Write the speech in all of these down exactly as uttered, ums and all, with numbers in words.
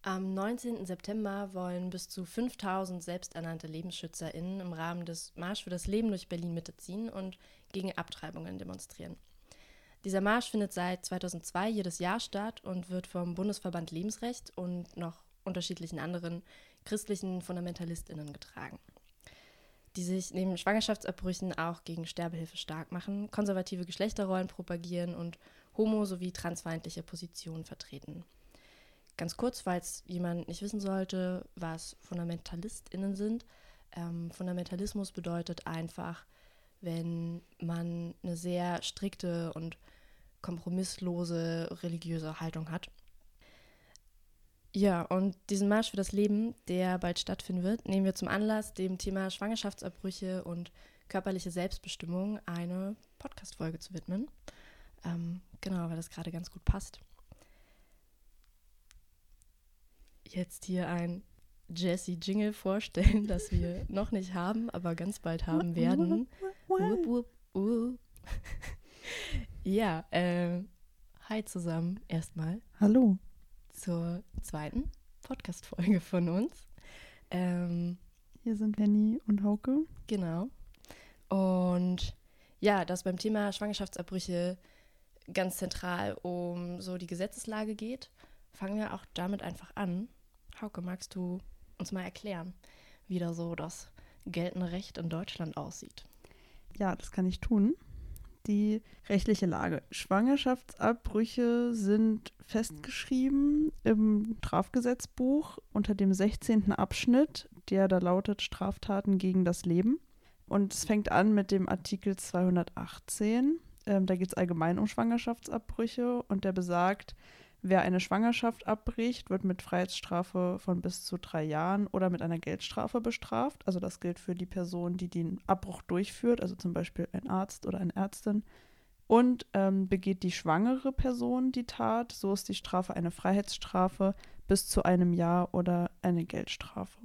Am neunzehnten September wollen bis zu fünftausend selbsternannte LebensschützerInnen im Rahmen des Marsch für das Leben durch Berlin-Mitte ziehen und gegen Abtreibungen demonstrieren. Dieser Marsch findet seit zweitausendzwei jedes Jahr statt und wird vom Bundesverband Lebensrecht und noch unterschiedlichen anderen christlichen FundamentalistInnen getragen, die sich neben Schwangerschaftsabbrüchen auch gegen Sterbehilfe stark machen, konservative Geschlechterrollen propagieren und homo- sowie transfeindliche Positionen vertreten. Ganz kurz, falls jemand nicht wissen sollte, was FundamentalistInnen sind. Ähm, Fundamentalismus bedeutet einfach, wenn man eine sehr strikte und kompromisslose religiöse Haltung hat. Ja, und diesen Marsch für das Leben, der bald stattfinden wird, nehmen wir zum Anlass, dem Thema Schwangerschaftsabbrüche und körperliche Selbstbestimmung eine Podcast-Folge zu widmen. Ähm, genau, weil das gerade ganz gut passt. Jetzt hier ein Jessie-Jingle vorstellen, das wir noch nicht haben, aber ganz bald haben werden. Wupp, wupp, wupp. Ja, äh, hi zusammen erstmal. Hallo. Zur zweiten Podcast-Folge von uns. Ähm, Hier sind Henny und Hauke. Genau. Und ja, dass beim Thema Schwangerschaftsabbrüche ganz zentral um so die Gesetzeslage geht, fangen wir auch damit einfach an. Hauke, magst du uns mal erklären, wie da so das geltende Recht in Deutschland aussieht? Ja, das kann ich tun. Die rechtliche Lage. Schwangerschaftsabbrüche sind festgeschrieben im Strafgesetzbuch unter dem sechzehnten Abschnitt, der da lautet Straftaten gegen das Leben. Und es fängt an mit dem Artikel zweihundertachtzehn. Ähm, da geht es allgemein um Schwangerschaftsabbrüche und der besagt, wer eine Schwangerschaft abbricht, wird mit Freiheitsstrafe von bis zu drei Jahren oder mit einer Geldstrafe bestraft. Also das gilt für die Person, die den Abbruch durchführt, also zum Beispiel ein Arzt oder eine Ärztin. Und ähm, begeht die schwangere Person die Tat, so ist die Strafe eine Freiheitsstrafe bis zu einem Jahr oder eine Geldstrafe.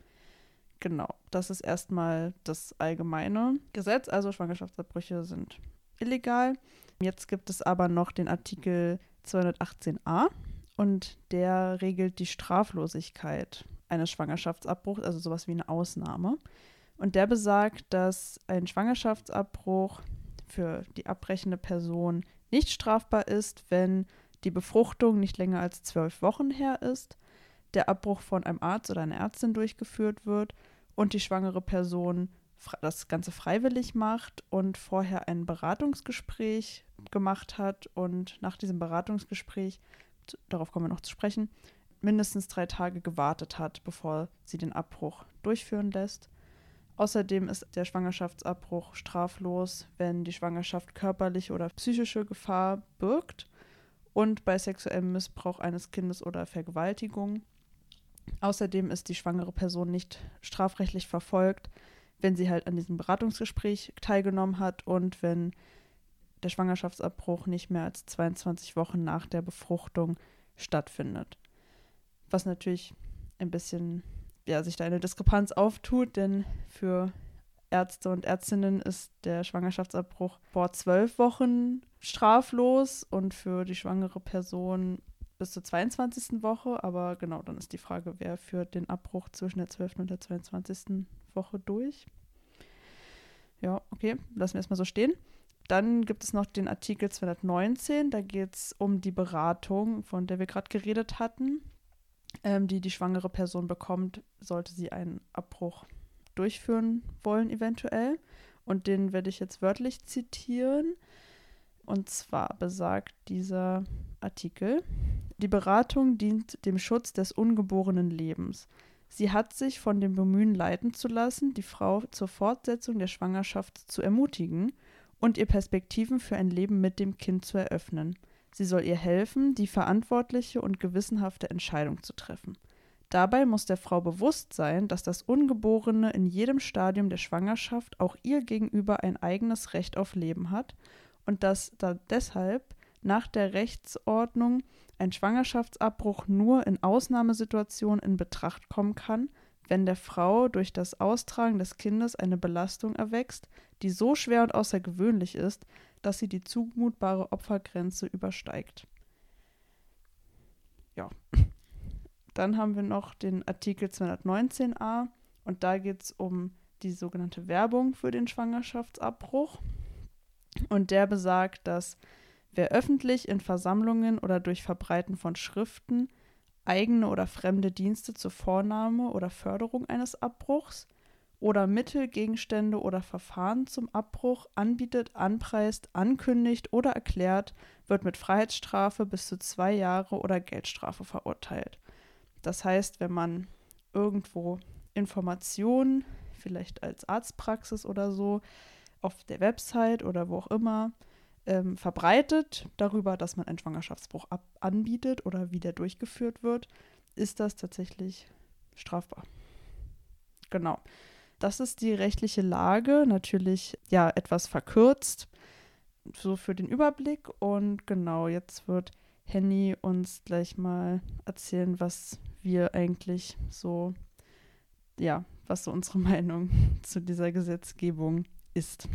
Genau, das ist erstmal das allgemeine Gesetz. Also Schwangerschaftsabbrüche sind illegal. Jetzt gibt es aber noch den Artikel zweihundertachtzehn a und der regelt die Straflosigkeit eines Schwangerschaftsabbruchs, also sowas wie eine Ausnahme. Und der besagt, dass ein Schwangerschaftsabbruch für die abbrechende Person nicht strafbar ist, wenn die Befruchtung nicht länger als zwölf Wochen her ist, der Abbruch von einem Arzt oder einer Ärztin durchgeführt wird und die schwangere Person das Ganze freiwillig macht und vorher ein Beratungsgespräch gemacht hat und nach diesem Beratungsgespräch, darauf kommen wir noch zu sprechen, mindestens drei Tage gewartet hat, bevor sie den Abbruch durchführen lässt. Außerdem ist der Schwangerschaftsabbruch straflos, wenn die Schwangerschaft körperliche oder psychische Gefahr birgt und bei sexuellem Missbrauch eines Kindes oder Vergewaltigung. Außerdem ist die schwangere Person nicht strafrechtlich verfolgt, wenn sie halt an diesem Beratungsgespräch teilgenommen hat und wenn der Schwangerschaftsabbruch nicht mehr als zweiundzwanzig Wochen nach der Befruchtung stattfindet. Was natürlich ein bisschen, ja, sich da eine Diskrepanz auftut, denn für Ärzte und Ärztinnen ist der Schwangerschaftsabbruch vor zwölf Wochen straflos und für die schwangere Person bis zur zweiundzwanzigsten Woche. Aber genau, dann ist die Frage, wer führt den Abbruch zwischen der zwölften und der zweiundzwanzigsten Woche durch. Ja, okay, lassen wir erstmal so stehen. Dann gibt es noch den Artikel zweihundertneunzehn, da geht es um die Beratung, von der wir gerade geredet hatten, ähm, die die schwangere Person bekommt, sollte sie einen Abbruch durchführen wollen eventuell. Und den werde ich jetzt wörtlich zitieren. Und zwar besagt dieser Artikel, die Beratung dient dem Schutz des ungeborenen Lebens. Sie hat sich von dem Bemühen leiten zu lassen, die Frau zur Fortsetzung der Schwangerschaft zu ermutigen und ihr Perspektiven für ein Leben mit dem Kind zu eröffnen. Sie soll ihr helfen, die verantwortliche und gewissenhafte Entscheidung zu treffen. Dabei muss der Frau bewusst sein, dass das Ungeborene in jedem Stadium der Schwangerschaft auch ihr gegenüber ein eigenes Recht auf Leben hat und dass da deshalb nach der Rechtsordnung ein Schwangerschaftsabbruch nur in Ausnahmesituationen in Betracht kommen kann, wenn der Frau durch das Austragen des Kindes eine Belastung erwächst, die so schwer und außergewöhnlich ist, dass sie die zumutbare Opfergrenze übersteigt. Ja, Dann haben wir noch den Artikel zweihundertneunzehn a und da geht es um die sogenannte Werbung für den Schwangerschaftsabbruch. Und der besagt, dass wer öffentlich in Versammlungen oder durch Verbreiten von Schriften eigene oder fremde Dienste zur Vornahme oder Förderung eines Abbruchs oder Mittel, Gegenstände oder Verfahren zum Abbruch anbietet, anpreist, ankündigt oder erklärt, wird mit Freiheitsstrafe bis zu zwei Jahre oder Geldstrafe verurteilt. Das heißt, wenn man irgendwo Informationen, vielleicht als Arztpraxis oder so, auf der Website oder wo auch immer, ähm, verbreitet darüber, dass man einen Schwangerschaftsbruch ab- anbietet oder wie der durchgeführt wird, ist das tatsächlich strafbar. Genau. Das ist die rechtliche Lage, natürlich ja etwas verkürzt, so für den Überblick. Und genau, jetzt wird Henny uns gleich mal erzählen, was wir eigentlich so, ja, was so unsere Meinung zu dieser Gesetzgebung ist.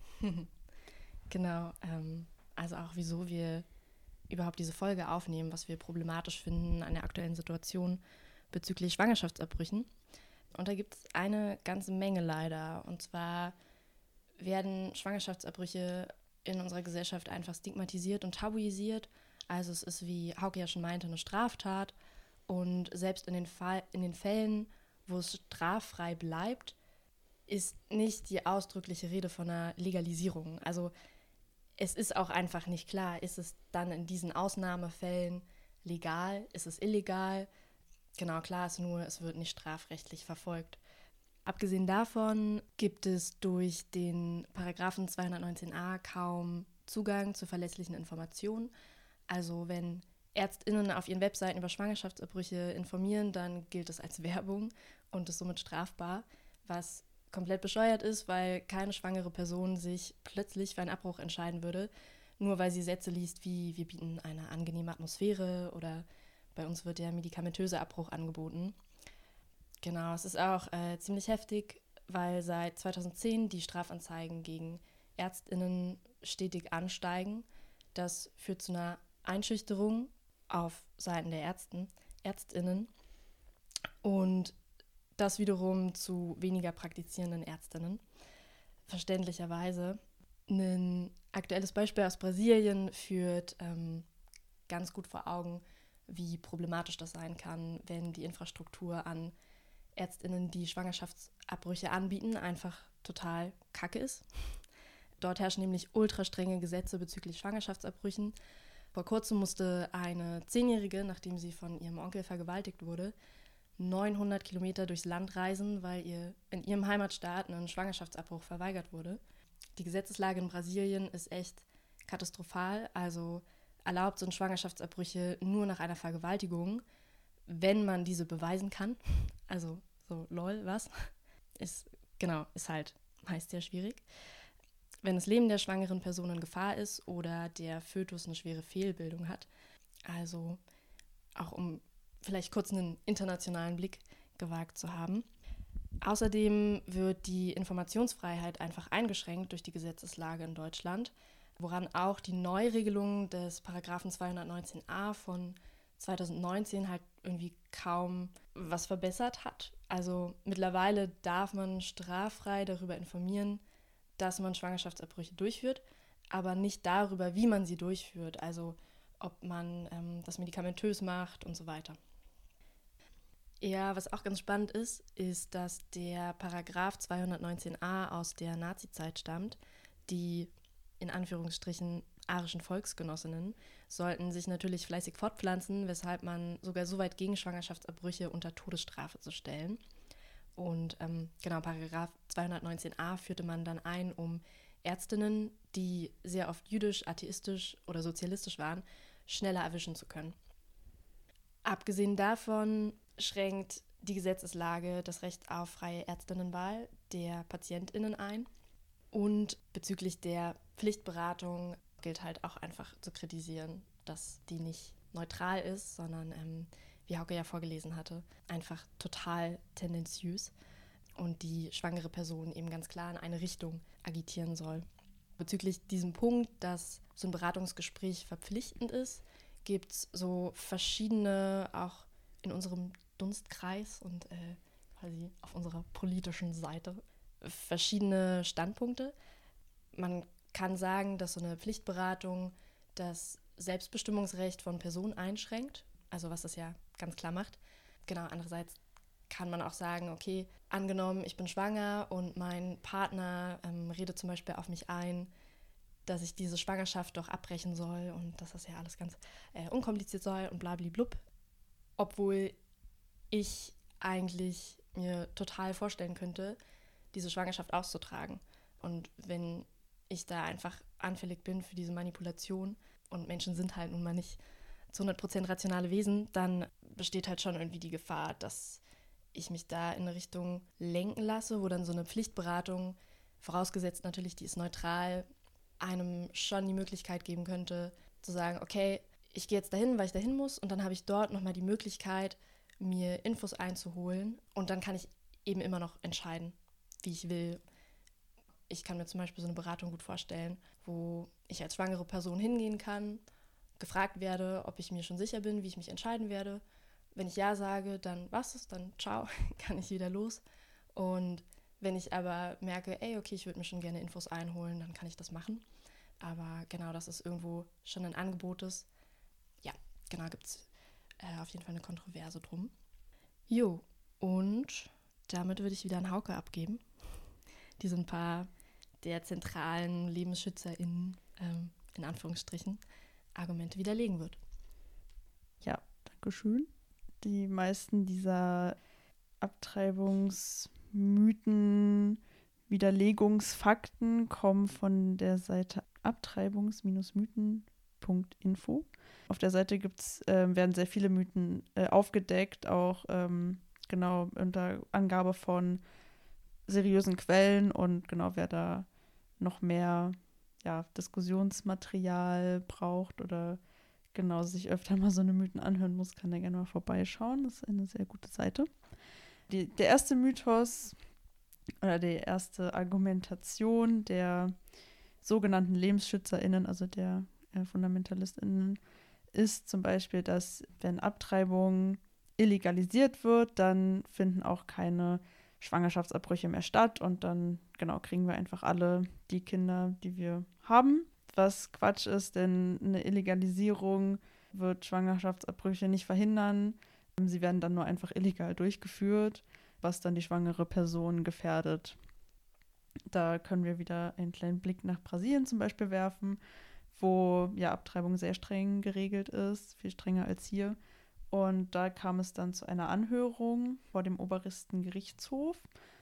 Genau, ähm, also auch wieso wir überhaupt diese Folge aufnehmen, was wir problematisch finden an der aktuellen Situation bezüglich Schwangerschaftsabbrüchen. Und da gibt es eine ganze Menge leider. Und zwar werden Schwangerschaftsabbrüche in unserer Gesellschaft einfach stigmatisiert und tabuisiert. Also es ist, wie Hauke ja schon meinte, eine Straftat. Und selbst in den, Fall, in den Fällen, wo es straffrei bleibt, ist nicht die ausdrückliche Rede von einer Legalisierung. Also es ist auch einfach nicht klar, ist es dann in diesen Ausnahmefällen legal, ist es illegal? Genau, klar ist nur, es wird nicht strafrechtlich verfolgt. Abgesehen davon gibt es durch den Paragraphen zweihundertneunzehn a kaum Zugang zu verlässlichen Informationen. Also wenn ÄrztInnen auf ihren Webseiten über Schwangerschaftsabbrüche informieren, dann gilt es als Werbung und ist somit strafbar, was komplett bescheuert ist, weil keine schwangere Person sich plötzlich für einen Abbruch entscheiden würde, nur weil sie Sätze liest wie wir bieten eine angenehme Atmosphäre oder bei uns wird der medikamentöse Abbruch angeboten. Genau, es ist auch äh, ziemlich heftig, weil seit zweitausendzehn die Strafanzeigen gegen ÄrztInnen stetig ansteigen. Das führt zu einer Einschüchterung auf Seiten der Ärzten, ÄrztInnen und das wiederum zu weniger praktizierenden Ärztinnen. Verständlicherweise. Ein aktuelles Beispiel aus Brasilien führt ähm, ganz gut vor Augen, wie problematisch das sein kann, wenn die Infrastruktur an ÄrztInnen, die Schwangerschaftsabbrüche anbieten, einfach total kacke ist. Dort herrschen nämlich ultra strenge Gesetze bezüglich Schwangerschaftsabbrüchen. Vor kurzem musste eine Zehnjährige, nachdem sie von ihrem Onkel vergewaltigt wurde, neunhundert Kilometer durchs Land reisen, weil ihr in ihrem Heimatstaat ein Schwangerschaftsabbruch verweigert wurde. Die Gesetzeslage in Brasilien ist echt katastrophal. Also erlaubt sind Schwangerschaftsabbrüche nur nach einer Vergewaltigung, wenn man diese beweisen kann. Also so lol, was? Ist, genau, ist halt meist sehr schwierig. Wenn das Leben der schwangeren Person in Gefahr ist oder der Fötus eine schwere Fehlbildung hat. Also auch um vielleicht kurz einen internationalen Blick gewagt zu haben. Außerdem wird die Informationsfreiheit einfach eingeschränkt durch die Gesetzeslage in Deutschland, woran auch die Neuregelung des Paragraphen zweihundertneunzehn a von zweitausendneunzehn halt irgendwie kaum was verbessert hat. Also mittlerweile darf man straffrei darüber informieren, dass man Schwangerschaftsabbrüche durchführt, aber nicht darüber, wie man sie durchführt, also ob man ähm, das medikamentös macht und so weiter. Ja, was auch ganz spannend ist, ist, dass der Paragraph zweihundertneunzehn a aus der Nazizeit stammt. Die, in Anführungsstrichen, arischen Volksgenossinnen sollten sich natürlich fleißig fortpflanzen, weshalb man sogar so weit gegen Schwangerschaftsabbrüche unter Todesstrafe zu stellen. Und ähm, genau, Paragraph zweihundertneunzehn a führte man dann ein, um Ärztinnen, die sehr oft jüdisch, atheistisch oder sozialistisch waren, schneller erwischen zu können. Abgesehen davon schränkt die Gesetzeslage das Recht auf freie Ärztinnenwahl der PatientInnen ein. Und bezüglich der Pflichtberatung gilt halt auch einfach zu kritisieren, dass die nicht neutral ist, sondern, ähm, wie Hauke ja vorgelesen hatte, einfach total tendenziös und die schwangere Person eben ganz klar in eine Richtung agitieren soll. Bezüglich diesem Punkt, dass so ein Beratungsgespräch verpflichtend ist, gibt es so verschiedene auch in unserem Dunstkreis und äh, quasi auf unserer politischen Seite verschiedene Standpunkte. Man kann sagen, dass so eine Pflichtberatung das Selbstbestimmungsrecht von Personen einschränkt, also was das ja ganz klar macht. Genau, andererseits kann man auch sagen, okay, angenommen, ich bin schwanger und mein Partner ähm, redet zum Beispiel auf mich ein, dass ich diese Schwangerschaft doch abbrechen soll und dass das ja alles ganz äh, unkompliziert soll und blablablub. Obwohl ich eigentlich mir total vorstellen könnte, diese Schwangerschaft auszutragen. Und wenn ich da einfach anfällig bin für diese Manipulation und Menschen sind halt nun mal nicht zu hundert Prozent rationale Wesen, dann besteht halt schon irgendwie die Gefahr, dass ich mich da in eine Richtung lenken lasse, wo dann so eine Pflichtberatung, vorausgesetzt natürlich, die ist neutral, einem schon die Möglichkeit geben könnte, zu sagen, okay, ich gehe jetzt dahin, weil ich dahin muss und dann habe ich dort nochmal die Möglichkeit, mir Infos einzuholen und dann kann ich eben immer noch entscheiden, wie ich will. Ich kann mir zum Beispiel so eine Beratung gut vorstellen, wo ich als schwangere Person hingehen kann, gefragt werde, ob ich mir schon sicher bin, wie ich mich entscheiden werde. Wenn ich ja sage, dann was ist, dann ciao, kann ich wieder los. Und wenn ich aber merke, ey, okay, ich würde mir schon gerne Infos einholen, dann kann ich das machen. Aber genau, das ist irgendwo schon ein Angebot ist. Ja, genau, gibt es äh, auf jeden Fall eine Kontroverse drum. Jo, und damit würde ich wieder an Hauke abgeben, die so ein paar der zentralen LebensschützerInnen, ähm, in Anführungsstrichen, Argumente widerlegen wird. Ja, danke schön. Die meisten dieser Abtreibungsmythen, Widerlegungsfakten kommen von der Seite abtreibungs-mythen punkt info. Auf der Seite gibt's, äh, werden sehr viele Mythen äh, aufgedeckt, auch ähm, genau unter Angabe von seriösen Quellen und genau, wer da noch mehr ja, Diskussionsmaterial braucht oder genau sich öfter mal so eine Mythen anhören muss, kann da gerne mal vorbeischauen. Das ist eine sehr gute Seite. Die, der erste Mythos oder die erste Argumentation der sogenannten LebensschützerInnen, also der äh, FundamentalistInnen, ist zum Beispiel, dass wenn Abtreibung illegalisiert wird, dann finden auch keine Schwangerschaftsabbrüche mehr statt und dann, genau, kriegen wir einfach alle die Kinder, die wir haben. Was Quatsch ist, denn eine Illegalisierung wird Schwangerschaftsabbrüche nicht verhindern. Sie werden dann nur einfach illegal durchgeführt, was dann die schwangere Person gefährdet. Da können wir wieder einen kleinen Blick nach Brasilien zum Beispiel werfen, wo ja Abtreibung sehr streng geregelt ist, viel strenger als hier. Und da kam es dann zu einer Anhörung vor dem obersten Gerichtshof.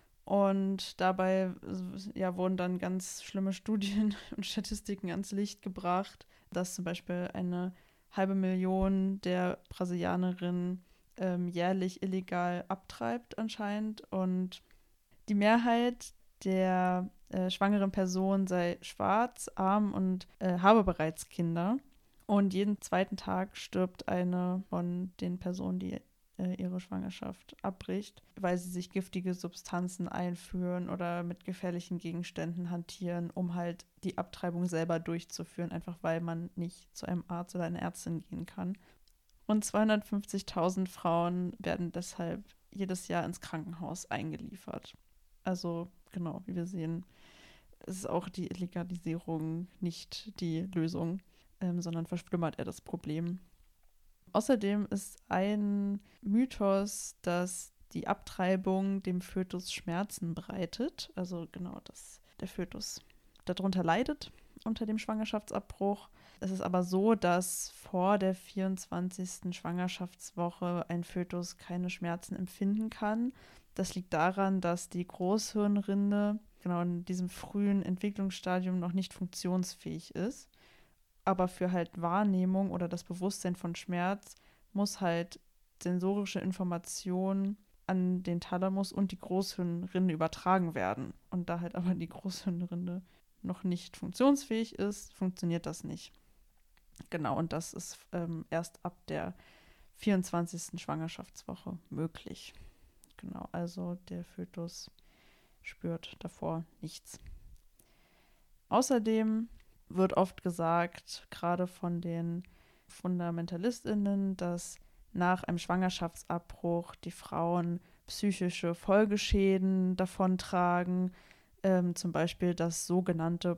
Und dabei ja, wurden dann ganz schlimme Studien und Statistiken ans Licht gebracht, dass zum Beispiel eine halbe Million der Brasilianerinnen ähm, jährlich illegal abtreibt anscheinend. Und die Mehrheit der äh, schwangeren Person sei schwarz, arm und äh, habe bereits Kinder. Und jeden zweiten Tag stirbt eine von den Personen, die äh, ihre Schwangerschaft abbricht, weil sie sich giftige Substanzen einführen oder mit gefährlichen Gegenständen hantieren, um halt die Abtreibung selber durchzuführen, einfach weil man nicht zu einem Arzt oder einer Ärztin gehen kann. Und zweihundertfünfzigtausend Frauen werden deshalb jedes Jahr ins Krankenhaus eingeliefert. Also genau, wie wir sehen, ist auch die Illegalisierung nicht die Lösung, ähm, sondern verschlimmert er das Problem. Außerdem ist ein Mythos, dass die Abtreibung dem Fötus Schmerzen bereitet. Also genau, dass der Fötus darunter leidet unter dem Schwangerschaftsabbruch. Es ist aber so, dass vor der vierundzwanzigsten Schwangerschaftswoche ein Fötus keine Schmerzen empfinden kann. Das liegt daran, dass die Großhirnrinde genau in diesem frühen Entwicklungsstadium noch nicht funktionsfähig ist. Aber für halt Wahrnehmung oder das Bewusstsein von Schmerz muss halt sensorische Information an den Thalamus und die Großhirnrinde übertragen werden. Und da halt aber die Großhirnrinde noch nicht funktionsfähig ist, funktioniert das nicht. Genau, und das ist ähm, erst ab der vierundzwanzigsten Schwangerschaftswoche möglich. Genau, also der Fötus spürt davor nichts. Außerdem wird oft gesagt, gerade von den FundamentalistInnen, dass nach einem Schwangerschaftsabbruch die Frauen psychische Folgeschäden davontragen, ähm, zum Beispiel das sogenannte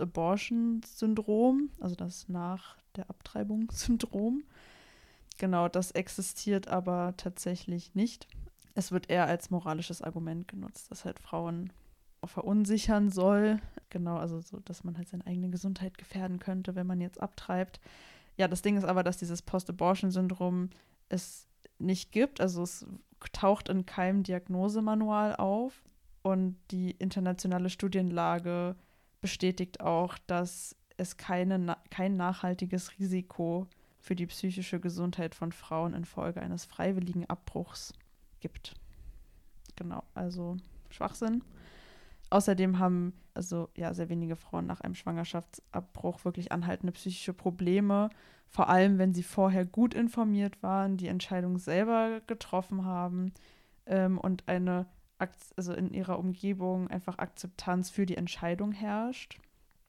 Post-Abortion-Syndrom, also das nach der Abtreibung-Syndrom. Genau, das existiert aber tatsächlich nicht. Es wird eher als moralisches Argument genutzt, dass halt Frauen verunsichern soll. Genau, also so, dass man halt seine eigene Gesundheit gefährden könnte, wenn man jetzt abtreibt. Ja, das Ding ist aber, dass dieses Post-Abortion-Syndrom es nicht gibt. Also es taucht in keinem Diagnosemanual auf. Und die internationale Studienlage bestätigt auch, dass es keine, kein nachhaltiges Risiko für die psychische Gesundheit von Frauen infolge eines freiwilligen Abbruchs gibt. Genau, also Schwachsinn. Außerdem haben also ja sehr wenige Frauen nach einem Schwangerschaftsabbruch wirklich anhaltende psychische Probleme, vor allem wenn sie vorher gut informiert waren, die Entscheidung selber getroffen haben ähm, und eine also in ihrer Umgebung einfach Akzeptanz für die Entscheidung herrscht.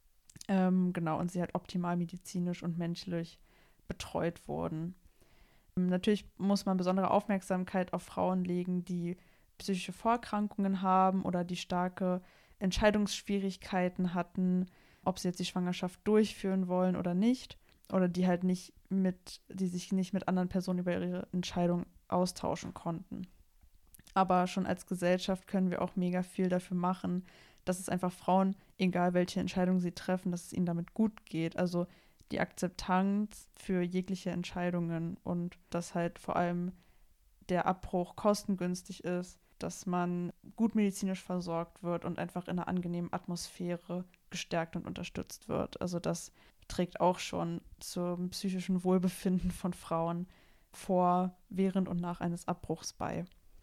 Ähm, genau, und sie halt optimal medizinisch und menschlich betreut wurden. Ähm, natürlich muss man besondere Aufmerksamkeit auf Frauen legen, die psychische Vorerkrankungen haben oder die starke Entscheidungsschwierigkeiten hatten, ob sie jetzt die Schwangerschaft durchführen wollen oder nicht, oder die halt nicht mit, die sich nicht mit anderen Personen über ihre Entscheidung austauschen konnten. Aber schon als Gesellschaft können wir auch mega viel dafür machen, dass es einfach Frauen, egal welche Entscheidung sie treffen, dass es ihnen damit gut geht. Also die Akzeptanz für jegliche Entscheidungen und dass halt vor allem der Abbruch kostengünstig ist, dass man gut medizinisch versorgt wird und einfach in einer angenehmen Atmosphäre gestärkt und unterstützt wird. Also das trägt auch schon zum psychischen Wohlbefinden von Frauen vor, während und nach eines Abbruchs bei.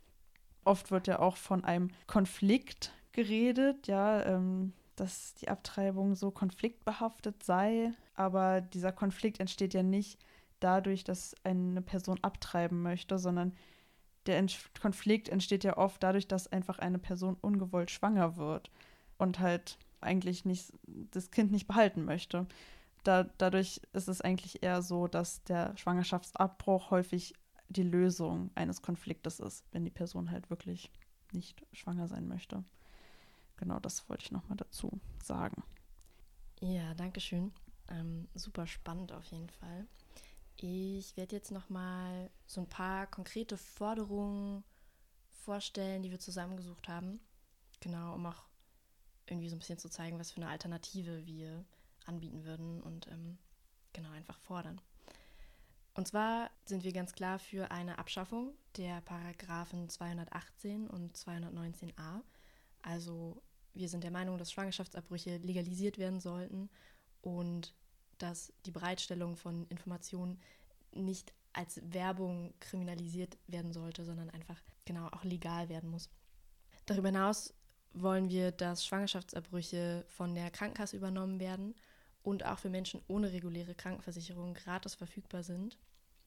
Oft wird ja auch von einem Konflikt geredet, ja, ähm, dass die Abtreibung so konfliktbehaftet sei. Aber dieser Konflikt entsteht ja nicht dadurch, dass eine Person abtreiben möchte, sondern der Ent- Konflikt entsteht ja oft dadurch, dass einfach eine Person ungewollt schwanger wird und halt eigentlich nicht das Kind nicht behalten möchte. Da, dadurch ist es eigentlich eher so, dass der Schwangerschaftsabbruch häufig die Lösung eines Konfliktes ist, wenn die Person halt wirklich nicht schwanger sein möchte. Genau, das wollte ich nochmal dazu sagen. Ja, danke schön. Ähm, super spannend auf jeden Fall. Ich werde jetzt nochmal so ein paar konkrete Forderungen vorstellen, die wir zusammengesucht haben. Genau, um auch irgendwie so ein bisschen zu zeigen, was für eine Alternative wir anbieten würden und ähm, genau einfach fordern. Und zwar sind wir ganz klar für eine Abschaffung der Paragraphen zweihundertachtzehn und zweihundertneunzehn a. Also wir sind der Meinung, dass Schwangerschaftsabbrüche legalisiert werden sollten und dass die Bereitstellung von Informationen nicht als Werbung kriminalisiert werden sollte, sondern einfach genau auch legal werden muss. Darüber hinaus wollen wir, dass Schwangerschaftsabbrüche von der Krankenkasse übernommen werden und auch für Menschen ohne reguläre Krankenversicherung gratis verfügbar sind.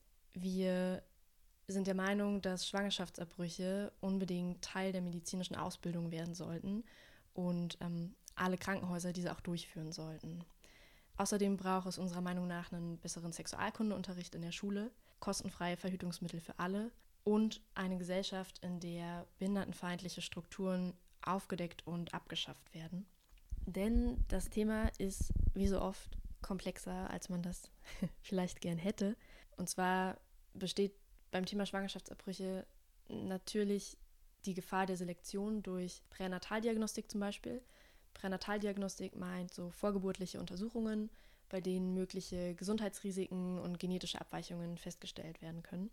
Wir sind der Meinung, dass Schwangerschaftsabbrüche unbedingt Teil der medizinischen Ausbildung werden sollten und ähm, alle Krankenhäuser diese auch durchführen sollten. Außerdem braucht es unserer Meinung nach einen besseren Sexualkundeunterricht in der Schule, kostenfreie Verhütungsmittel für alle und eine Gesellschaft, in der behindertenfeindliche Strukturen aufgedeckt und abgeschafft werden. Denn das Thema ist, wie so oft, komplexer, als man das vielleicht gern hätte. Und zwar besteht beim Thema Schwangerschaftsabbrüche natürlich die Gefahr der Selektion durch Pränataldiagnostik zum Beispiel. Pränataldiagnostik meint so vorgeburtliche Untersuchungen, bei denen mögliche Gesundheitsrisiken und genetische Abweichungen festgestellt werden können.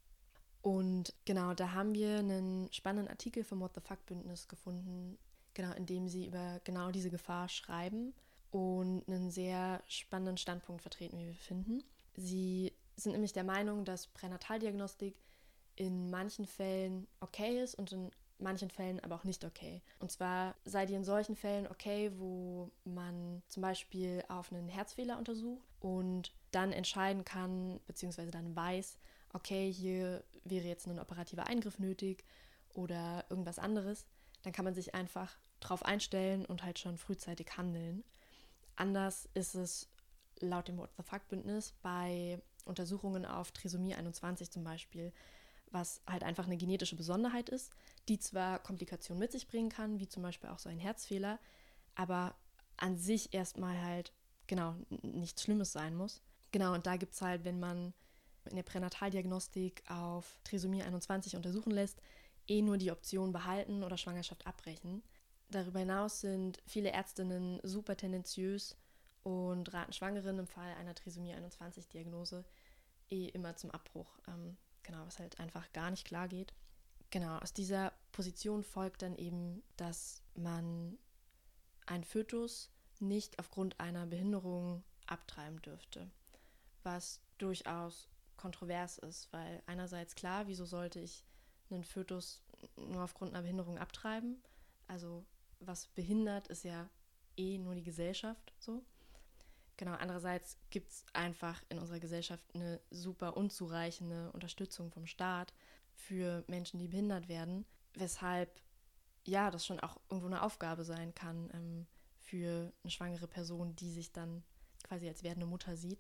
Und genau, da haben wir einen spannenden Artikel vom What the Fuck-Bündnis gefunden, genau, in dem sie über genau diese Gefahr schreiben und einen sehr spannenden Standpunkt vertreten, wie wir finden. Sie sind nämlich der Meinung, dass Pränataldiagnostik in manchen Fällen okay ist und in manchen Fällen aber auch nicht okay. Und zwar sei die in solchen Fällen okay, wo man zum Beispiel auf einen Herzfehler untersucht und dann entscheiden kann, beziehungsweise dann weiß, okay, hier wäre jetzt ein operativer Eingriff nötig oder irgendwas anderes. Dann kann man sich einfach drauf einstellen und halt schon frühzeitig handeln. Anders ist es laut dem What the Fuck-Bündnis bei Untersuchungen auf Trisomie einundzwanzig zum Beispiel, was halt einfach eine genetische Besonderheit ist, die zwar Komplikationen mit sich bringen kann, wie zum Beispiel auch so ein Herzfehler, aber an sich erstmal halt, genau, nichts Schlimmes sein muss. Genau, und da gibt es halt, wenn man in der Pränataldiagnostik auf Trisomie einundzwanzig untersuchen lässt, eh nur die Option behalten oder Schwangerschaft abbrechen. Darüber hinaus sind viele Ärztinnen super tendenziös und raten Schwangeren im Fall einer Trisomie einundzwanzig-Diagnose eh immer zum Abbruch. Ähm, genau, was halt einfach gar nicht klar geht. Genau, aus dieser Position folgt dann eben, dass man einen Fötus nicht aufgrund einer Behinderung abtreiben dürfte, was durchaus kontrovers ist, weil einerseits klar, wieso sollte ich einen Fötus nur aufgrund einer Behinderung abtreiben? Also was behindert, ist ja eh nur die Gesellschaft so. Genau, andererseits gibt es einfach in unserer Gesellschaft eine super unzureichende Unterstützung vom Staat für Menschen, die behindert werden, weshalb ja das schon auch irgendwo eine Aufgabe sein kann ähm, für eine schwangere Person, die sich dann quasi als werdende Mutter sieht.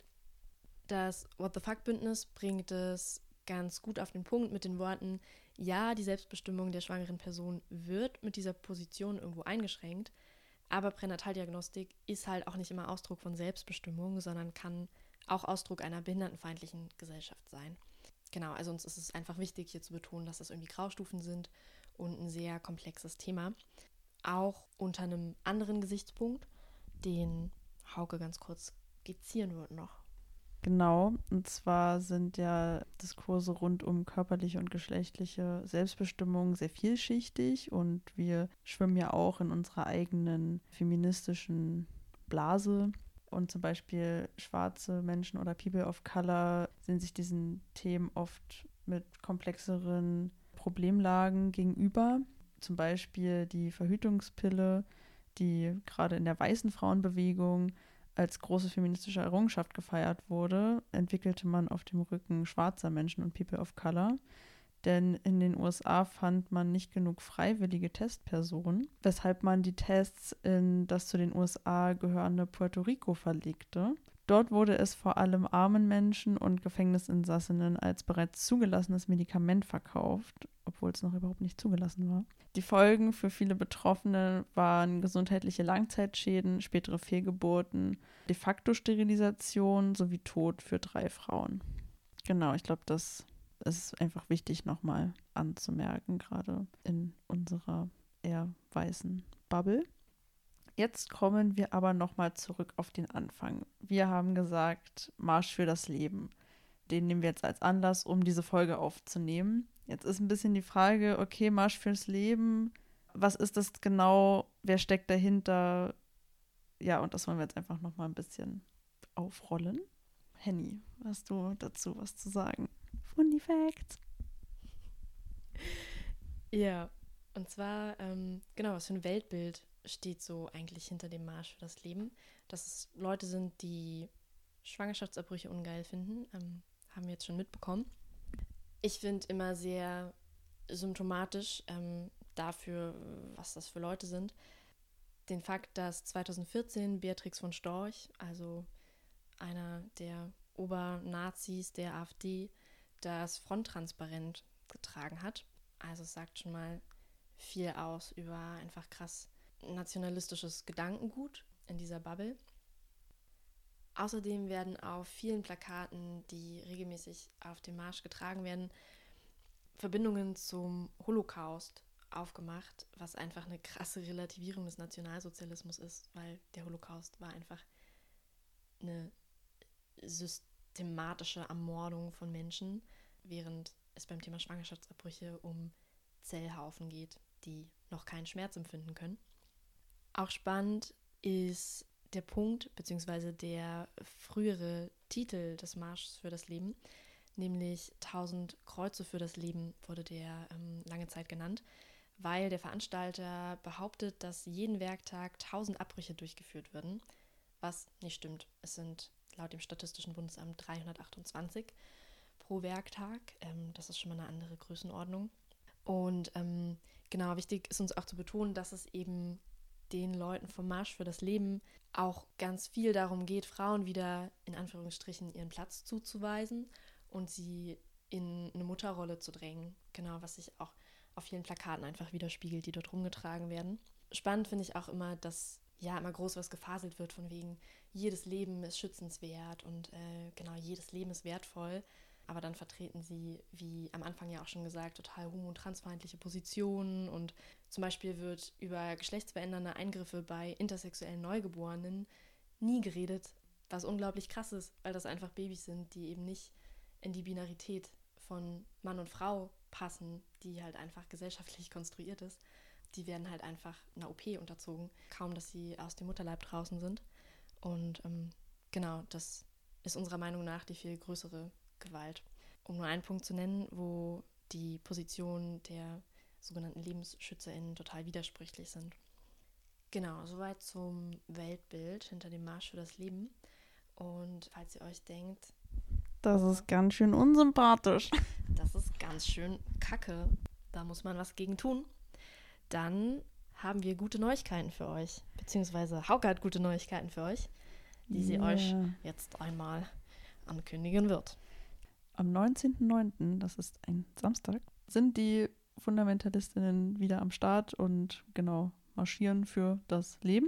Das What the Fuck-Bündnis bringt es ganz gut auf den Punkt mit den Worten, ja, die Selbstbestimmung der schwangeren Person wird mit dieser Position irgendwo eingeschränkt, aber Pränataldiagnostik ist halt auch nicht immer Ausdruck von Selbstbestimmung, sondern kann auch Ausdruck einer behindertenfeindlichen Gesellschaft sein. Genau, also uns ist es einfach wichtig, hier zu betonen, dass das irgendwie Graustufen sind und ein sehr komplexes Thema. Auch unter einem anderen Gesichtspunkt, den Hauke ganz kurz skizzieren wird noch. Genau, und zwar sind ja Diskurse rund um körperliche und geschlechtliche Selbstbestimmung sehr vielschichtig und wir schwimmen ja auch in unserer eigenen feministischen Blase. Und zum Beispiel schwarze Menschen oder People of Color sehen sich diesen Themen oft mit komplexeren Problemlagen gegenüber. Zum Beispiel die Verhütungspille, die gerade in der weißen Frauenbewegung als große feministische Errungenschaft gefeiert wurde, entwickelte man auf dem Rücken schwarzer Menschen und People of Color. Denn in den U S A fand man nicht genug freiwillige Testpersonen, weshalb man die Tests in das zu den U S A gehörende Puerto Rico verlegte. Dort wurde es vor allem armen Menschen und Gefängnisinsassinnen als bereits zugelassenes Medikament verkauft, obwohl es noch überhaupt nicht zugelassen war. Die Folgen für viele Betroffene waren gesundheitliche Langzeitschäden, spätere Fehlgeburten, de facto Sterilisation sowie Tod für drei Frauen. Genau, ich glaube, das ist einfach wichtig nochmal anzumerken, gerade in unserer eher weißen Bubble. Jetzt kommen wir aber nochmal zurück auf den Anfang. Wir haben gesagt, Marsch für das Leben. Den nehmen wir jetzt als Anlass, um diese Folge aufzunehmen. Jetzt ist ein bisschen die Frage, okay, Marsch fürs Leben, was ist das genau, wer steckt dahinter? Ja, und das wollen wir jetzt einfach nochmal ein bisschen aufrollen. Henny, hast du dazu was zu sagen? Funny Facts. Ja, und zwar, ähm, genau, was für ein Weltbild steht so eigentlich hinter dem Marsch für das Leben? Dass es Leute sind, die Schwangerschaftsabbrüche ungeil finden, ähm, haben wir jetzt schon mitbekommen. Ich finde immer sehr symptomatisch ähm, dafür, was das für Leute sind, den Fakt, dass zweitausendvierzehn Beatrix von Storch, also einer der Obernazis der AfD, das Fronttransparent getragen hat. Also es sagt schon mal viel aus über einfach krass nationalistisches Gedankengut in dieser Bubble. Außerdem werden auf vielen Plakaten, die regelmäßig auf dem Marsch getragen werden, Verbindungen zum Holocaust aufgemacht, was einfach eine krasse Relativierung des Nationalsozialismus ist, weil der Holocaust war einfach eine systematische Ermordung von Menschen, während es beim Thema Schwangerschaftsabbrüche um Zellhaufen geht, die noch keinen Schmerz empfinden können. Auch spannend ist der Punkt, beziehungsweise der frühere Titel des Marschs für das Leben, nämlich tausend Kreuze für das Leben wurde der ähm, lange Zeit genannt, weil der Veranstalter behauptet, dass jeden Werktag tausend Abbrüche durchgeführt würden, was nicht stimmt. Es sind laut dem Statistischen Bundesamt dreihundertachtundzwanzig pro Werktag. Ähm, das ist schon mal eine andere Größenordnung. Und ähm, genau, wichtig ist uns auch zu betonen, dass es eben den Leuten vom Marsch für das Leben auch ganz viel darum geht, Frauen wieder in Anführungsstrichen ihren Platz zuzuweisen und sie in eine Mutterrolle zu drängen. Genau, was sich auch auf vielen Plakaten einfach widerspiegelt, die dort rumgetragen werden. Spannend finde ich auch immer, dass ja immer groß was gefaselt wird von wegen, jedes Leben ist schützenswert und äh, genau, jedes Leben ist wertvoll. Aber dann vertreten sie, wie am Anfang ja auch schon gesagt, total homo- und transfeindliche Positionen. Und zum Beispiel wird über geschlechtsverändernde Eingriffe bei intersexuellen Neugeborenen nie geredet, was unglaublich krass ist, weil das einfach Babys sind, die eben nicht in die Binarität von Mann und Frau passen, die halt einfach gesellschaftlich konstruiert ist. Die werden halt einfach einer O P unterzogen, kaum dass sie aus dem Mutterleib draußen sind. Und ähm, genau, das ist unserer Meinung nach die viel größere Gewalt. Um nur einen Punkt zu nennen, wo die Positionen der sogenannten LebensschützerInnen total widersprüchlich sind. Genau, soweit zum Weltbild hinter dem Marsch für das Leben. Und falls ihr euch denkt, das ist ganz schön unsympathisch. Das ist ganz schön kacke, da muss man was gegen tun, dann haben wir gute Neuigkeiten für euch. Beziehungsweise Hauke hat gute Neuigkeiten für euch, die sie Yeah. euch jetzt einmal ankündigen wird. Am neunzehnten neunten, das ist ein Samstag, sind die Fundamentalistinnen wieder am Start und genau marschieren für das Leben.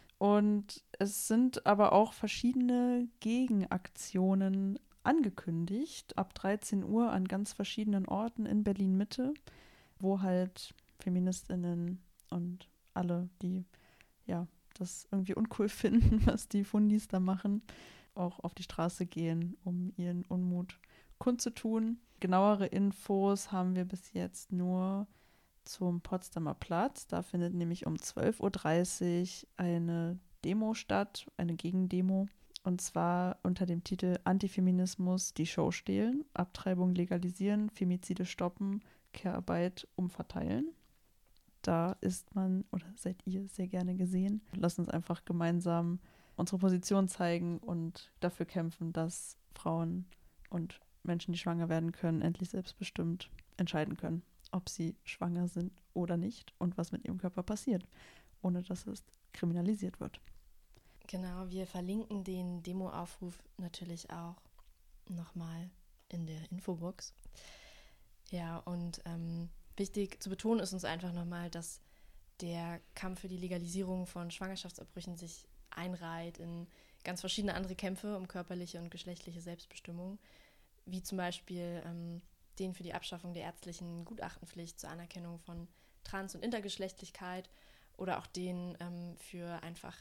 Und es sind aber auch verschiedene Gegenaktionen angekündigt, ab dreizehn Uhr an ganz verschiedenen Orten in Berlin-Mitte, wo halt Feministinnen und alle, die ja das irgendwie uncool finden, was die Fundis da machen, auch auf die Straße gehen, um ihren Unmut kundzutun. Genauere Infos haben wir bis jetzt nur zum Potsdamer Platz. Da findet nämlich um zwölf Uhr dreißig eine Demo statt, eine Gegendemo. Und zwar unter dem Titel Antifeminismus, die Show stehlen, Abtreibung legalisieren, Femizide stoppen, Care-Arbeit umverteilen. Da ist man oder seid ihr sehr gerne gesehen. Lasst uns einfach gemeinsam unsere Position zeigen und dafür kämpfen, dass Frauen und Menschen, die schwanger werden können, endlich selbstbestimmt entscheiden können, ob sie schwanger sind oder nicht und was mit ihrem Körper passiert, ohne dass es kriminalisiert wird. Genau, wir verlinken den Demoaufruf natürlich auch nochmal in der Infobox. Ja, und ähm, wichtig zu betonen ist uns einfach nochmal, dass der Kampf für die Legalisierung von Schwangerschaftsabbrüchen sich einreiht in ganz verschiedene andere Kämpfe um körperliche und geschlechtliche Selbstbestimmung, wie zum Beispiel ähm, den für die Abschaffung der ärztlichen Gutachtenpflicht zur Anerkennung von Trans- und Intergeschlechtlichkeit oder auch den ähm, für einfach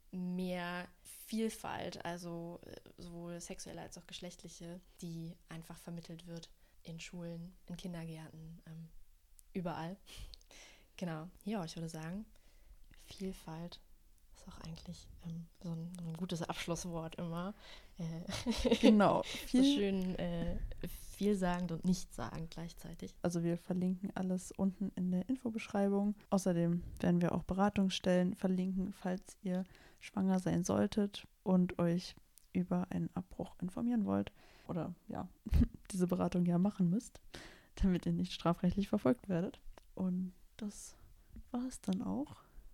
mehr Vielfalt, also sowohl sexuelle als auch geschlechtliche, die einfach vermittelt wird in Schulen, in Kindergärten, ähm, überall. Genau, ja, ich würde sagen, Vielfalt ist auch eigentlich ähm, so, ein, so ein gutes Abschlusswort immer. Äh, Genau. so schön äh, vielsagend und nichtssagend gleichzeitig. Also wir verlinken alles unten in der Infobeschreibung. Außerdem werden wir auch Beratungsstellen verlinken, falls ihr schwanger sein solltet und euch über einen Abbruch informieren wollt oder ja, diese Beratung ja machen müsst, damit ihr nicht strafrechtlich verfolgt werdet. Und das war es dann auch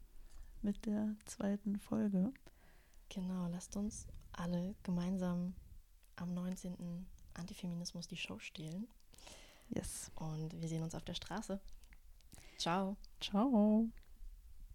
mit der zweiten Folge. Genau, lasst uns alle gemeinsam am neunzehnten Antifeminismus die Show stehlen. Yes. Und wir sehen uns auf der Straße. Ciao. Ciao.